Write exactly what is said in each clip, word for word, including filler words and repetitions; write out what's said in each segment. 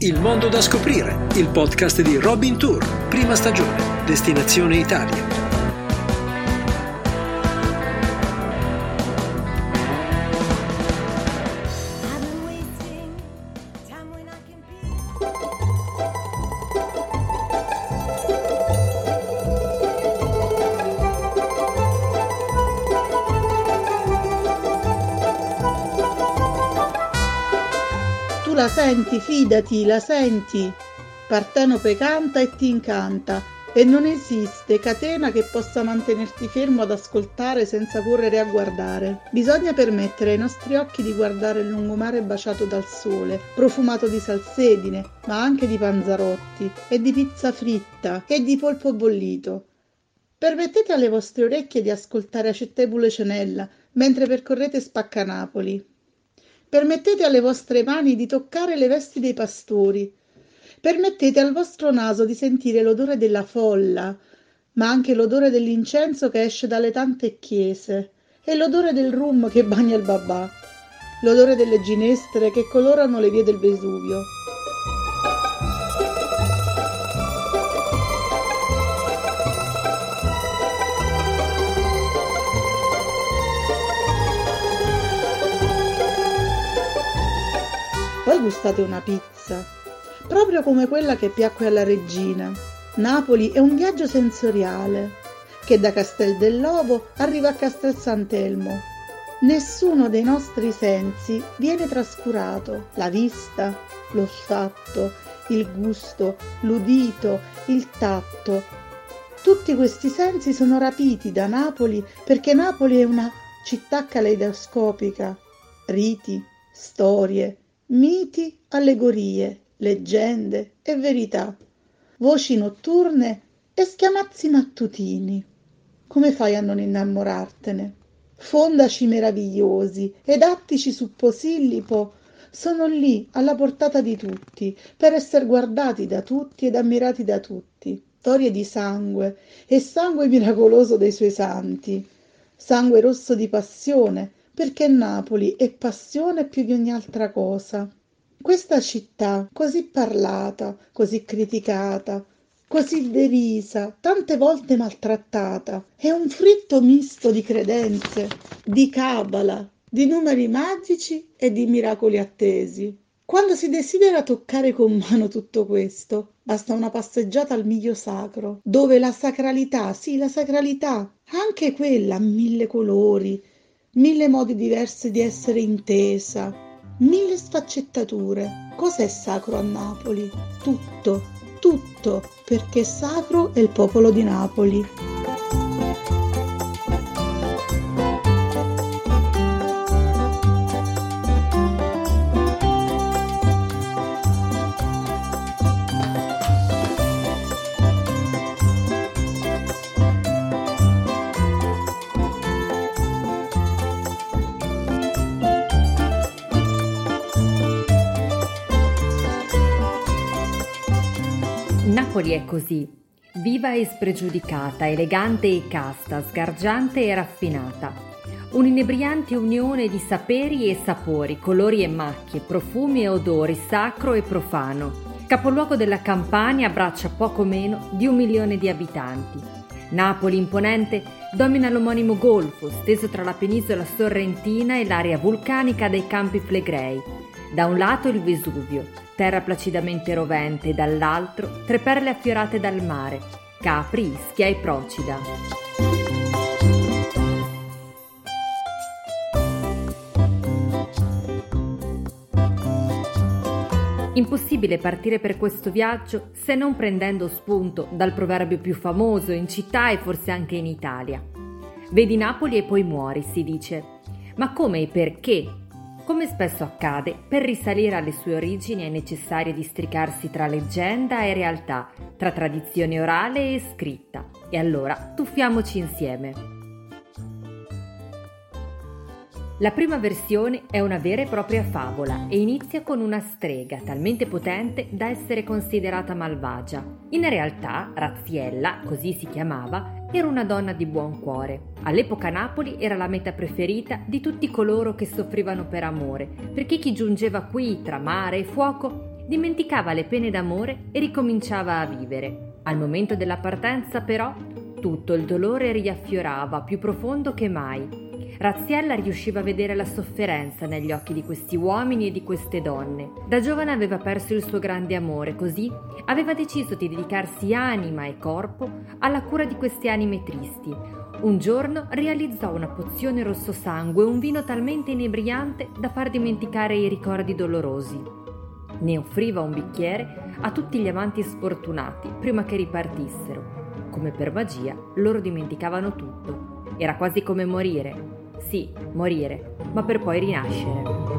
Il mondo da scoprire, il podcast di Robin Tour, prima stagione, destinazione Italia. La senti, fidati, la senti. Partenope canta e ti incanta, e non esiste catena che possa mantenerti fermo ad ascoltare senza correre a guardare. Bisogna permettere ai nostri occhi di guardare il lungomare baciato dal sole, profumato di salsedine, ma anche di panzarotti, e di pizza fritta, e di polpo bollito. Permettete alle vostre orecchie di ascoltare Acettebulo Cenella mentre percorrete Spaccanapoli. Permettete alle vostre mani di toccare le vesti dei pastori. Permettete al vostro naso di sentire l'odore della folla, ma anche l'odore dell'incenso che esce dalle tante chiese, e l'odore del rum che bagna il babà, l'odore delle ginestre che colorano le vie del Vesuvio. Poi gustate una pizza, proprio come quella che piacque alla regina. Napoli è un viaggio sensoriale, che da Castel dell'Ovo arriva a Castel Sant'Elmo. Nessuno dei nostri sensi viene trascurato: la vista, l'olfatto, il gusto, l'udito, il tatto. Tutti questi sensi sono rapiti da Napoli, perché Napoli è una città caleidoscopica. Riti, storie, miti, allegorie, leggende e verità, voci notturne e schiamazzi mattutini. Come fai a non innamorartene? Fondaci meravigliosi ed attici su Posillipo sono lì alla portata di tutti, per essere guardati da tutti ed ammirati da tutti. Storie di sangue e sangue miracoloso dei suoi santi, sangue rosso di passione, perché Napoli è passione più di ogni altra cosa. Questa città, così parlata, così criticata, così derisa, tante volte maltrattata, è un fritto misto di credenze, di cabala, di numeri magici e di miracoli attesi. Quando si desidera toccare con mano tutto questo, basta una passeggiata al Miglio Sacro, dove la sacralità, sì, la sacralità, anche quella ha mille colori, mille modi diversi di essere intesa, mille sfaccettature. Cos'è sacro a Napoli? Tutto, tutto, perché sacro è il popolo di Napoli. Napoli è così, viva e spregiudicata, elegante e casta, sgargiante e raffinata. Un'inebriante unione di saperi e sapori, colori e macchie, profumi e odori, sacro e profano. Capoluogo della Campania, abbraccia poco meno di un milione di abitanti. Napoli, imponente, domina l'omonimo golfo, steso tra la penisola sorrentina e l'area vulcanica dei Campi Flegrei. Da un lato il Vesuvio, terra placidamente rovente, e dall'altro tre perle affiorate dal mare, Capri, Ischia e Procida. Impossibile partire per questo viaggio se non prendendo spunto dal proverbio più famoso in città e forse anche in Italia. Vedi Napoli e poi muori, si dice. Ma come e perché? Come spesso accade, per risalire alle sue origini è necessario districarsi tra leggenda e realtà, tra tradizione orale e scritta. E allora tuffiamoci insieme. La prima versione è una vera e propria favola e inizia con una strega talmente potente da essere considerata malvagia. In realtà, Raziella, così si chiamava, era una donna di buon cuore. All'epoca Napoli era la meta preferita di tutti coloro che soffrivano per amore, perché chi giungeva qui tra mare e fuoco Dimenticava le pene d'amore e ricominciava a vivere. Al momento della partenza, però, tutto il dolore riaffiorava, più profondo che mai. Raziella riusciva a vedere la sofferenza negli occhi di questi uomini e di queste donne. Da giovane aveva perso il suo grande amore, così aveva deciso di dedicarsi anima e corpo alla cura di queste anime tristi. Un giorno realizzò una pozione rosso sangue, un vino talmente inebriante da far dimenticare i ricordi dolorosi. Ne offriva un bicchiere a tutti gli amanti sfortunati prima che ripartissero. Come per magia, loro dimenticavano tutto. Era quasi come morire. Sì, morire, ma per poi rinascere.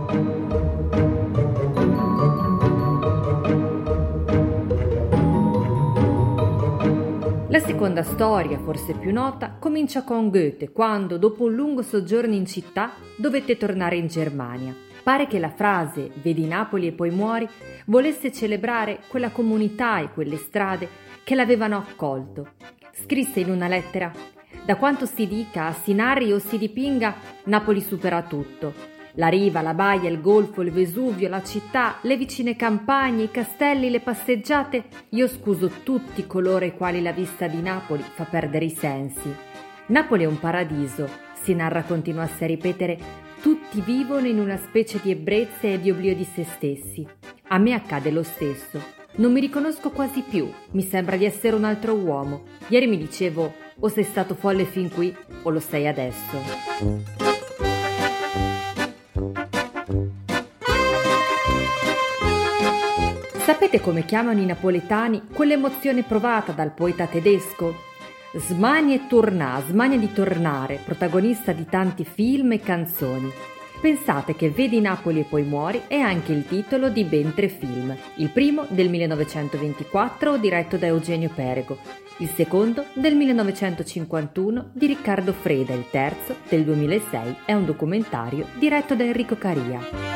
La seconda storia, forse più nota, comincia con Goethe, quando, dopo un lungo soggiorno in città, dovette tornare in Germania. Pare che la frase «Vedi Napoli e poi muori» volesse celebrare quella comunità e quelle strade che l'avevano accolto. Scrisse in una lettera: «Da quanto si dica, si narri o si dipinga, Napoli supera tutto. La riva, la baia, il golfo, il Vesuvio, la città, le vicine campagne, i castelli, le passeggiate, io scuso tutti coloro ai quali la vista di Napoli fa perdere i sensi. Napoli è un paradiso», si narra continuasse a ripetere, «tutti vivono in una specie di ebbrezza e di oblio di se stessi. A me accade lo stesso. Non mi riconosco quasi più, mi sembra di essere un altro uomo. Ieri mi dicevo, o sei stato folle fin qui, o lo sei adesso». Sapete come chiamano i napoletani quell'emozione provata dal poeta tedesco? Smanie torna, smania di tornare, protagonista di tanti film e canzoni. Pensate che Vedi Napoli e poi muori è anche il titolo di ben tre film. Il primo del millenovecentoventiquattro diretto da Eugenio Perego, il secondo del millenovecentocinquantuno di Riccardo Freda, il terzo del duemilasei è un documentario diretto da Enrico Caria.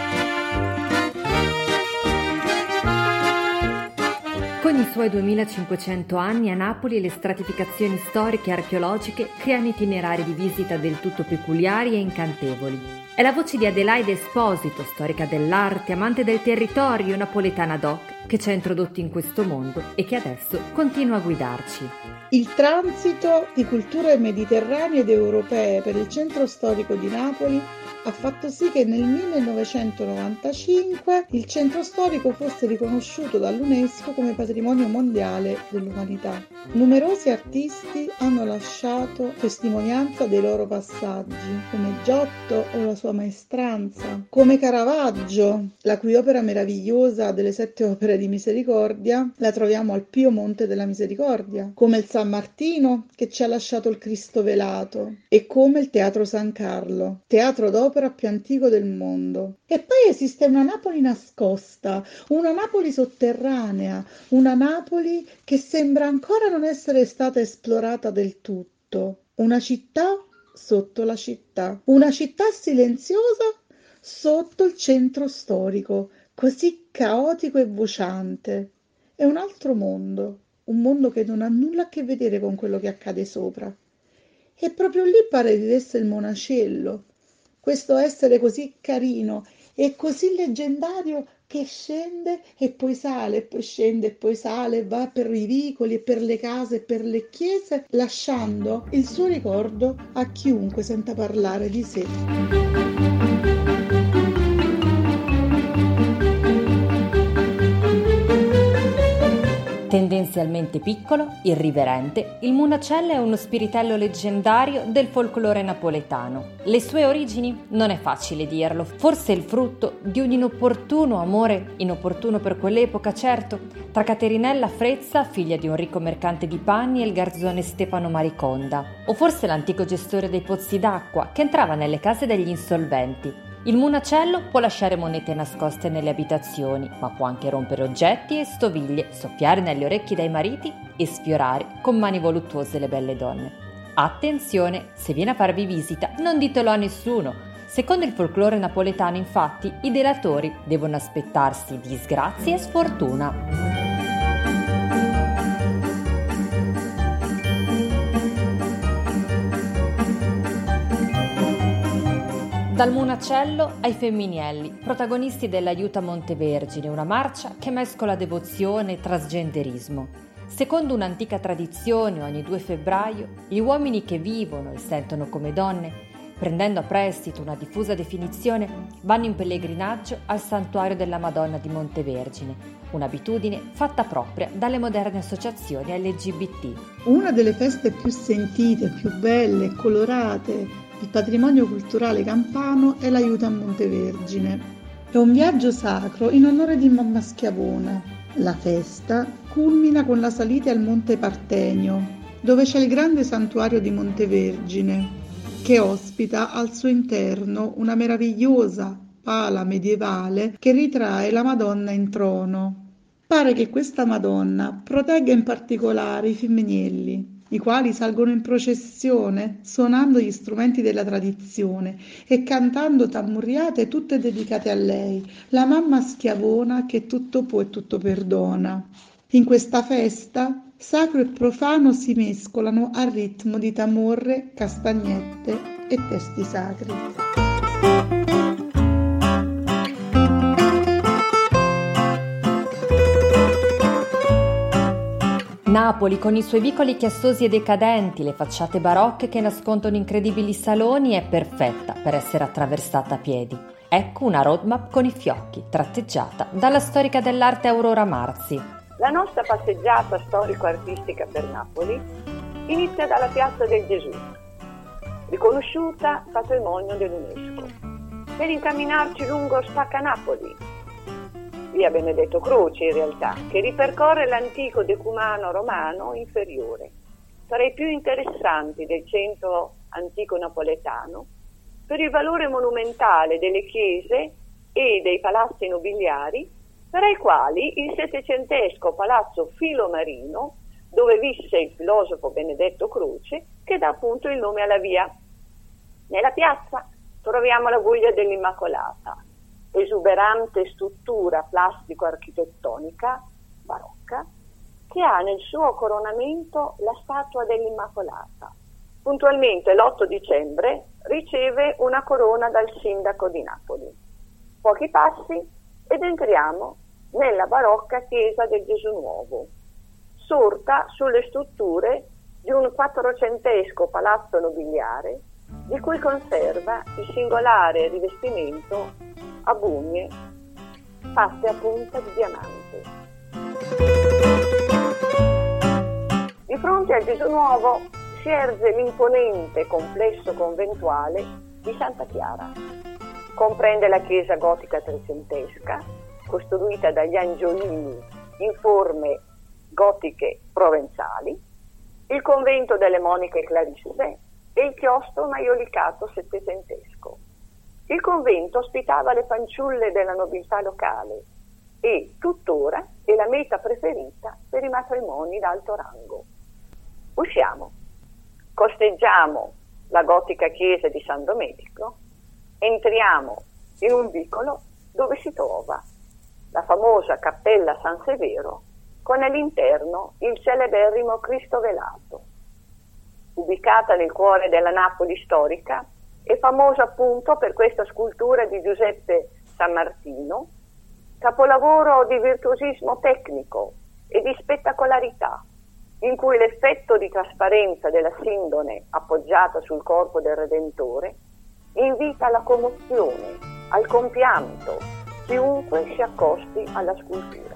Con i suoi duemilacinquecento anni a Napoli le stratificazioni storiche e archeologiche creano itinerari di visita del tutto peculiari e incantevoli. È la voce di Adelaide Esposito, storica dell'arte, amante del territorio, napoletana doc, che ci ha introdotto in questo mondo e che adesso continua a guidarci. Il transito di culture mediterranee ed europee per il centro storico di Napoli ha fatto sì che nel millenovecentonovantacinque il centro storico fosse riconosciuto dall'UNESCO come patrimonio mondiale dell'umanità. Numerosi artisti hanno lasciato testimonianza dei loro passaggi, come Giotto o la sua maestranza, come Caravaggio, la cui opera meravigliosa delle sette opere di misericordia la troviamo al Pio Monte della Misericordia, come il San Martino che ci ha lasciato il Cristo velato e come il Teatro San Carlo, teatro d'opera più antico del mondo. E poi esiste una Napoli nascosta, una Napoli sotterranea, una Napoli che sembra ancora non essere stata esplorata del tutto, una città sotto la città, una città silenziosa sotto il centro storico, così caotico e vociante. È un altro mondo, un mondo che non ha nulla a che vedere con quello che accade sopra. E proprio lì pare vivesse il Monacello, questo essere così carino e così leggendario che scende e poi sale, e poi scende e poi sale, va per i vicoli e per le case e per le chiese, lasciando il suo ricordo a chiunque senta parlare di sé. Tendenzialmente piccolo, irriverente, il Monacello è uno spiritello leggendario del folklore napoletano. Le sue origini? Non è facile dirlo, forse è il frutto di un inopportuno amore, inopportuno per quell'epoca certo, tra Caterinella Frezza, figlia di un ricco mercante di panni, e il garzone Stefano Mariconda, o forse l'antico gestore dei pozzi d'acqua che entrava nelle case degli insolventi. Il Monacello può lasciare monete nascoste nelle abitazioni, ma può anche rompere oggetti e stoviglie, soffiare negli orecchi dai mariti e sfiorare con mani voluttuose le belle donne. Attenzione, se viene a farvi visita, non ditelo a nessuno. Secondo il folklore napoletano, infatti, i delatori devono aspettarsi disgrazie e sfortuna. Dal Munacello ai Femminielli, protagonisti dell'Aiuta Montevergine, una marcia che mescola devozione e trasgenderismo. Secondo un'antica tradizione, ogni due febbraio, gli uomini che vivono e sentono come donne, prendendo a prestito una diffusa definizione, vanno in pellegrinaggio al santuario della Madonna di Montevergine, un'abitudine fatta propria dalle moderne associazioni L G B T. Una delle feste più sentite, più belle e colorate il patrimonio culturale campano è l'Aiuta a Montevergine. È un viaggio sacro in onore di Mamma Schiavona. La festa culmina con la salita al Monte Partenio, dove c'è il grande santuario di Montevergine, che ospita al suo interno una meravigliosa pala medievale che ritrae la Madonna in trono. Pare che questa Madonna protegga in particolare i Femminielli, i quali salgono in processione suonando gli strumenti della tradizione e cantando tammurriate tutte dedicate a lei, la Mamma Schiavona che tutto può e tutto perdona. In questa festa sacro e profano si mescolano al ritmo di tamorre, castagnette e testi sacri. Napoli, con i suoi vicoli chiassosi e decadenti, le facciate barocche che nascondono incredibili saloni, è perfetta per essere attraversata a piedi. Ecco una roadmap con i fiocchi, tratteggiata dalla storica dell'arte Aurora Marzi. La nostra passeggiata storico-artistica per Napoli inizia dalla Piazza del Gesù, riconosciuta patrimonio dell'UNESCO, per incamminarci lungo Spacca Napoli, via Benedetto Croce in realtà, che ripercorre l'antico decumano romano inferiore, tra i più interessanti del centro antico napoletano, per il valore monumentale delle chiese e dei palazzi nobiliari, tra i quali il settecentesco palazzo Filomarino, dove visse il filosofo Benedetto Croce, che dà appunto il nome alla via. Nella piazza troviamo la Voglia dell'Immacolata, esuberante struttura plastico-architettonica barocca, che ha nel suo coronamento la statua dell'Immacolata. Puntualmente l'otto dicembre riceve una corona dal sindaco di Napoli. Pochi passi ed entriamo nella barocca chiesa del Gesù Nuovo, sorta sulle strutture di un quattrocentesco palazzo nobiliare, di cui conserva il singolare rivestimento a bugne fatte a punta di diamante. Di fronte al Gesù Nuovo si erge l'imponente complesso conventuale di Santa Chiara. Comprende la chiesa gotica trecentesca, costruita dagli Angiolini in forme gotiche provenzali, il convento delle Monache Clarisse e il chiostro maiolicato settecentesco. Il convento ospitava le fanciulle della nobiltà locale e tuttora è la meta preferita per i matrimoni d'alto rango. Usciamo, costeggiamo la gotica chiesa di San Domenico, entriamo in un vicolo dove si trova la famosa cappella San Severo con all'interno il celeberrimo Cristo velato. Ubicata nel cuore della Napoli storica, è famosa appunto per questa scultura di Giuseppe Sammartino, capolavoro di virtuosismo tecnico e di spettacolarità, in cui l'effetto di trasparenza della sindone appoggiata sul corpo del Redentore invita alla commozione, al compianto, chiunque si accosti alla scultura.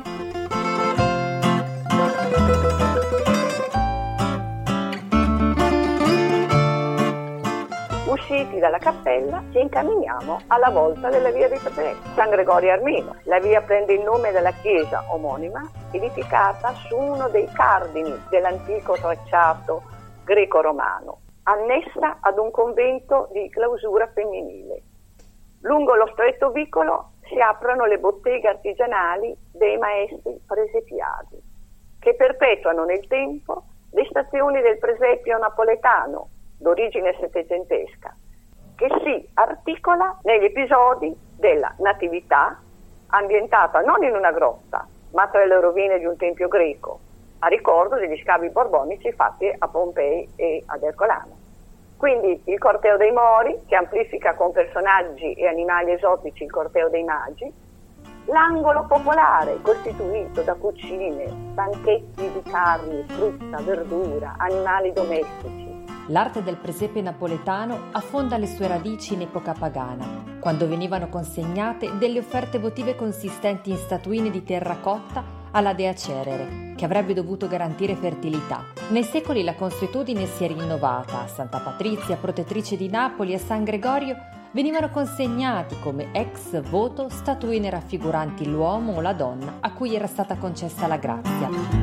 Usciti dalla cappella ci incamminiamo alla volta della via dei Tre, San Gregorio Armeno. La via prende il nome dalla chiesa omonima, edificata su uno dei cardini dell'antico tracciato greco-romano, annessa ad un convento di clausura femminile. Lungo lo stretto vicolo si aprono le botteghe artigianali dei maestri presepiadi, che perpetuano nel tempo le stazioni del presepio napoletano, d'origine settecentesca, che si articola negli episodi della Natività, ambientata non in una grotta, ma tra le rovine di un tempio greco, a ricordo degli scavi borbonici fatti a Pompei e ad Ercolano. Quindi il corteo dei Mori, che amplifica con personaggi e animali esotici il corteo dei Magi, l'angolo popolare costituito da cucine, banchetti di carne, frutta, verdura, animali domestici. L'arte del presepe napoletano affonda le sue radici in epoca pagana, quando venivano consegnate delle offerte votive consistenti in statuine di terracotta alla dea Cerere, che avrebbe dovuto garantire fertilità. Nei secoli la consuetudine si è rinnovata. A Santa Patrizia, protettrice di Napoli, e a San Gregorio venivano consegnati come ex voto statuine raffiguranti l'uomo o la donna a cui era stata concessa la grazia.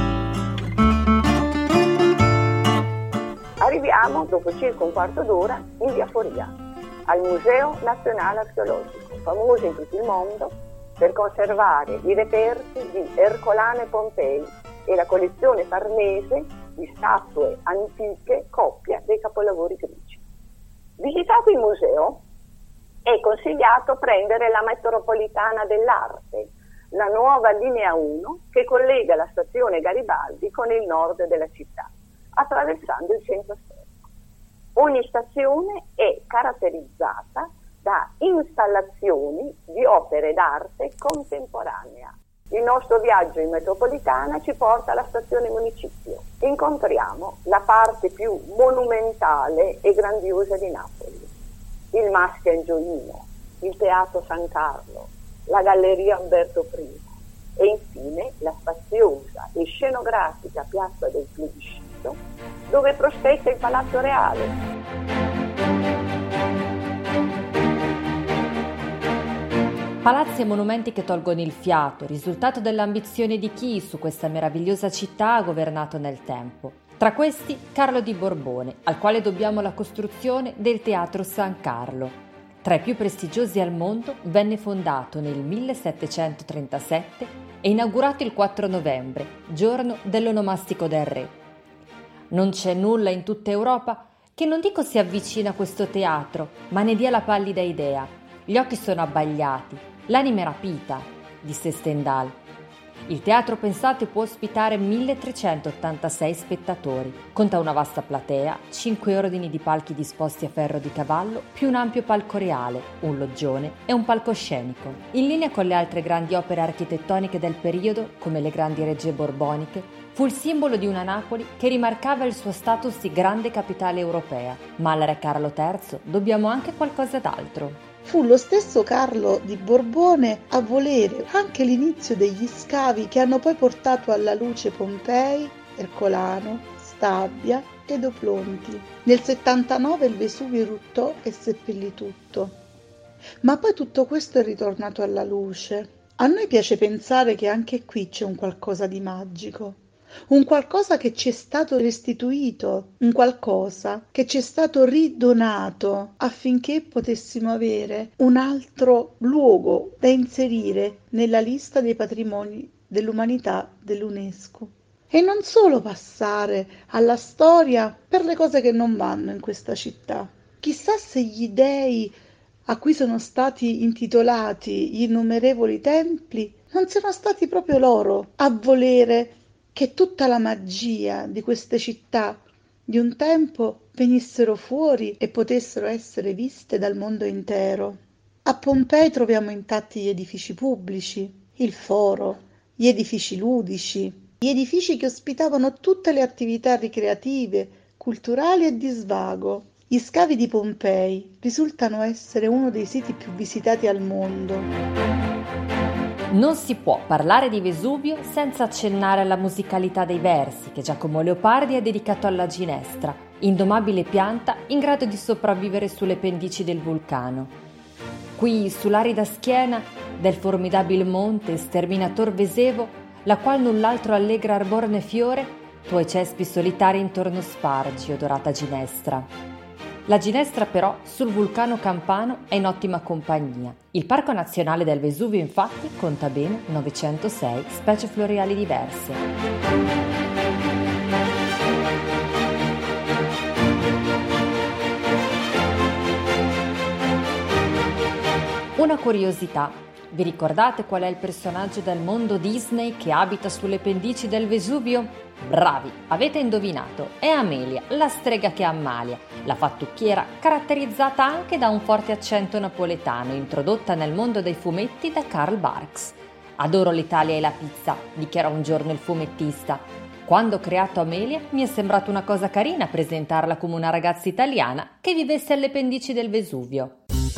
Arriviamo, dopo circa un quarto d'ora, in via Foria, al Museo Nazionale Archeologico, famoso in tutto il mondo per conservare i reperti di Ercolano e Pompei e la collezione farnese di statue antiche, coppia dei capolavori greci. Visitato il museo, è consigliato prendere la metropolitana dell'arte, la nuova linea uno che collega la stazione Garibaldi con il nord della città, attraversando il centro storico. Ogni stazione è caratterizzata da installazioni di opere d'arte contemporanea. Il nostro viaggio in metropolitana ci porta alla stazione Municipio. Incontriamo la parte più monumentale e grandiosa di Napoli, il Maschio Angioino, il Teatro San Carlo, la Galleria Umberto I e infine la spaziosa e scenografica Piazza del Plebiscito, dove prospetta il Palazzo Reale. Palazzi e monumenti che tolgono il fiato, risultato dell'ambizione di chi su questa meravigliosa città ha governato nel tempo. Tra questi Carlo di Borbone, al quale dobbiamo la costruzione del Teatro San Carlo. Tra i più prestigiosi al mondo, venne fondato nel millesettecentotrentasette e inaugurato il quattro novembre, giorno dell'onomastico del re. Non c'è nulla in tutta Europa che non dico si avvicina a questo teatro, ma ne dia la pallida idea. Gli occhi sono abbagliati, l'anima è rapita, disse Stendhal. Il teatro, pensate, può ospitare milletrecentottantasei spettatori. Conta una vasta platea, cinque ordini di palchi disposti a ferro di cavallo, più un ampio palco reale, un loggione e un palcoscenico. In linea con le altre grandi opere architettoniche del periodo, come le grandi reggie borboniche, fu il simbolo di una Napoli che rimarcava il suo status di grande capitale europea. Ma al re Carlo terzo dobbiamo anche qualcosa d'altro. Fu lo stesso Carlo di Borbone a volere anche l'inizio degli scavi che hanno poi portato alla luce Pompei, Ercolano, Stabia ed Oplonti. Nel settantanove il Vesuvio eruttò e seppellì tutto. Ma poi tutto questo è ritornato alla luce. A noi piace pensare che anche qui c'è un qualcosa di magico. Un qualcosa che ci è stato restituito, un qualcosa che ci è stato ridonato affinché potessimo avere un altro luogo da inserire nella lista dei patrimoni dell'umanità dell'UNESCO. E non solo passare alla storia per le cose che non vanno in questa città. Chissà se gli dei a cui sono stati intitolati gli innumerevoli templi non siano stati proprio loro a volere che tutta la magia di queste città di un tempo venissero fuori e potessero essere viste dal mondo intero. A Pompei troviamo intatti gli edifici pubblici, il foro, gli edifici ludici, gli edifici che ospitavano tutte le attività ricreative, culturali e di svago. Gli scavi di Pompei risultano essere uno dei siti più visitati al mondo. Non si può parlare di Vesuvio senza accennare alla musicalità dei versi che Giacomo Leopardi ha dedicato alla ginestra, indomabile pianta in grado di sopravvivere sulle pendici del vulcano. Qui, sull'arida schiena del formidabile monte sterminator Vesevo, la qual null'altro allegra arbor né fiore, tuoi cespi solitari intorno spargi, odorata ginestra. La ginestra però sul vulcano campano è in ottima compagnia. Il Parco Nazionale del Vesuvio infatti conta ben novecentosei specie floreali diverse. Una curiosità. Vi ricordate qual è il personaggio del mondo Disney che abita sulle pendici del Vesuvio? Bravi, avete indovinato, è Amelia, la strega che ammalia, la fattucchiera caratterizzata anche da un forte accento napoletano, introdotta nel mondo dei fumetti da Karl Barks. Adoro l'Italia e la pizza, dichiarò un giorno il fumettista. Quando ho creato Amelia mi è sembrato una cosa carina presentarla come una ragazza italiana che vivesse alle pendici del Vesuvio.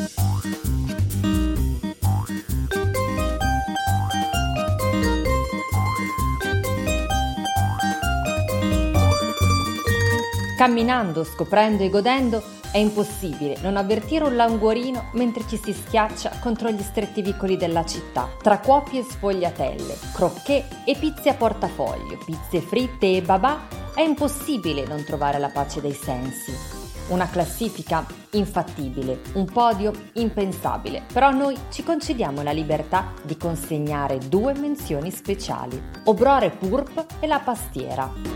Camminando, scoprendo e godendo, è impossibile non avvertire un languorino mentre ci si schiaccia contro gli stretti vicoli della città, tra cuopi e sfogliatelle, crocchè e pizze a portafoglio, pizze fritte e babà, è impossibile non trovare la pace dei sensi. Una classifica infattibile, un podio impensabile, però noi ci concediamo la libertà di consegnare due menzioni speciali, Obrore Purp e La Pastiera.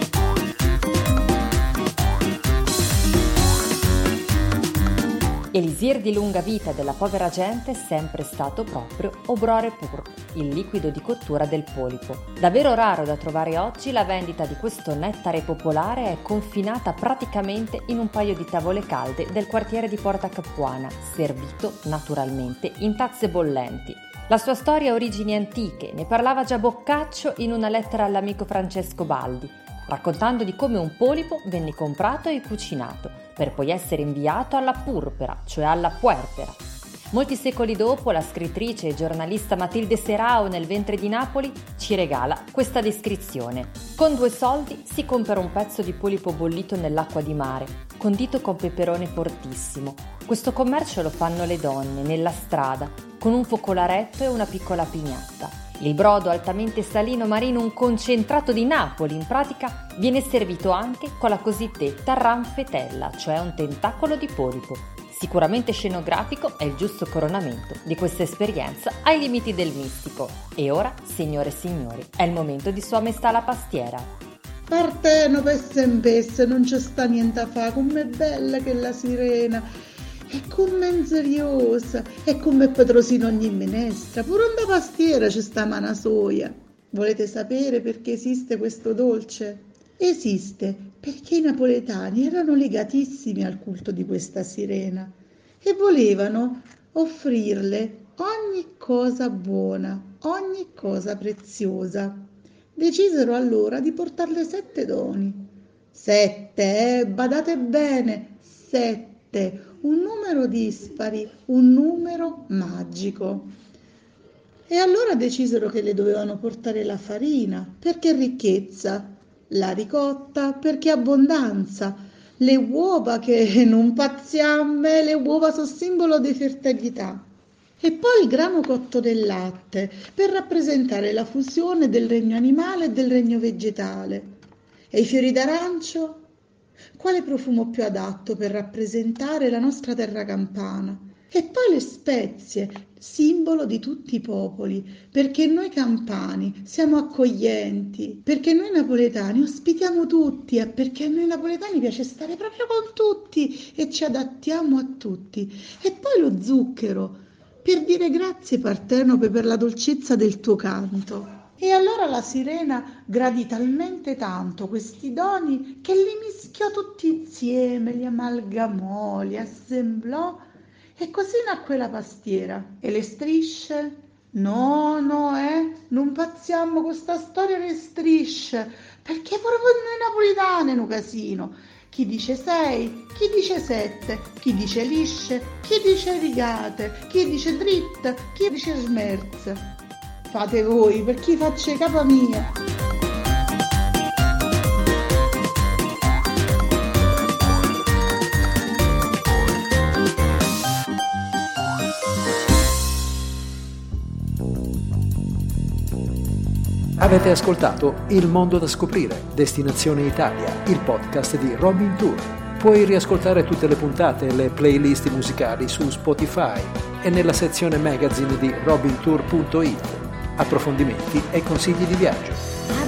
Elisir di lunga vita della povera gente è sempre stato proprio Obrore Purp, il liquido di cottura del polipo. Davvero raro da trovare oggi, la vendita di questo nettare popolare è confinata praticamente in un paio di tavole calde del quartiere di Porta Capuana, servito naturalmente in tazze bollenti. La sua storia ha origini antiche, ne parlava già Boccaccio in una lettera all'amico Francesco Baldi, raccontando di come un polipo venne comprato e cucinato, per poi essere inviato alla purpera, cioè alla puerpera. Molti secoli dopo, la scrittrice e giornalista Matilde Serao nel Ventre di Napoli ci regala questa descrizione. Con due soldi si compra un pezzo di polipo bollito nell'acqua di mare, condito con peperone fortissimo. Questo commercio lo fanno le donne, nella strada, con un focolaretto e una piccola pignatta. Il brodo altamente salino marino, un concentrato di Napoli, in pratica viene servito anche con la cosiddetta ranfetella, cioè un tentacolo di polipo. Sicuramente scenografico è il giusto coronamento di questa esperienza ai limiti del mistico. E ora, signore e signori, è il momento di Sua Maestà la Pastiera. Parteno pesse in pesse, non c'è sta niente a fa, com'è bella che la sirena. E come inseriosa, e come Petrosino ogni minestra, pure una pastiera c'è sta mana soia. Volete sapere perché esiste questo dolce? Esiste perché i napoletani erano legatissimi al culto di questa sirena e volevano offrirle ogni cosa buona, ogni cosa preziosa. Decisero allora di portarle sette doni. Sette, eh, badate bene, sette. Un numero dispari, un numero magico. E allora decisero che le dovevano portare la farina, perché ricchezza, la ricotta, perché abbondanza, le uova che non pazziamme, le uova sono simbolo di fertilità, e poi il grano cotto del latte, per rappresentare la fusione del regno animale e del regno vegetale. E i fiori d'arancio? Quale profumo più adatto per rappresentare la nostra terra campana? E poi le spezie, simbolo di tutti i popoli, perché noi campani siamo accoglienti, perché noi napoletani ospitiamo tutti e perché a noi napoletani piace stare proprio con tutti e ci adattiamo a tutti. E poi lo zucchero, per dire grazie Partenope per la dolcezza del tuo canto. E allora la sirena gradì talmente tanto questi doni che li mischiò tutti insieme, li amalgamò, li assemblò e così nacque la pastiera. E le strisce? No, no, eh, non pazziamo con sta storia delle strisce, perché proprio noi napoletane è un casino. Chi dice sei, chi dice sette, chi dice lisce, chi dice rigate, chi dice dritte, chi dice smerze. Fate voi, per chi faccia capa mia. Avete ascoltato Il Mondo da Scoprire, Destinazione Italia, il podcast di Robin Tour. Puoi riascoltare tutte le puntate e le playlist musicali su Spotify e nella sezione magazine di robin tour punto it. Approfondimenti e consigli di viaggio.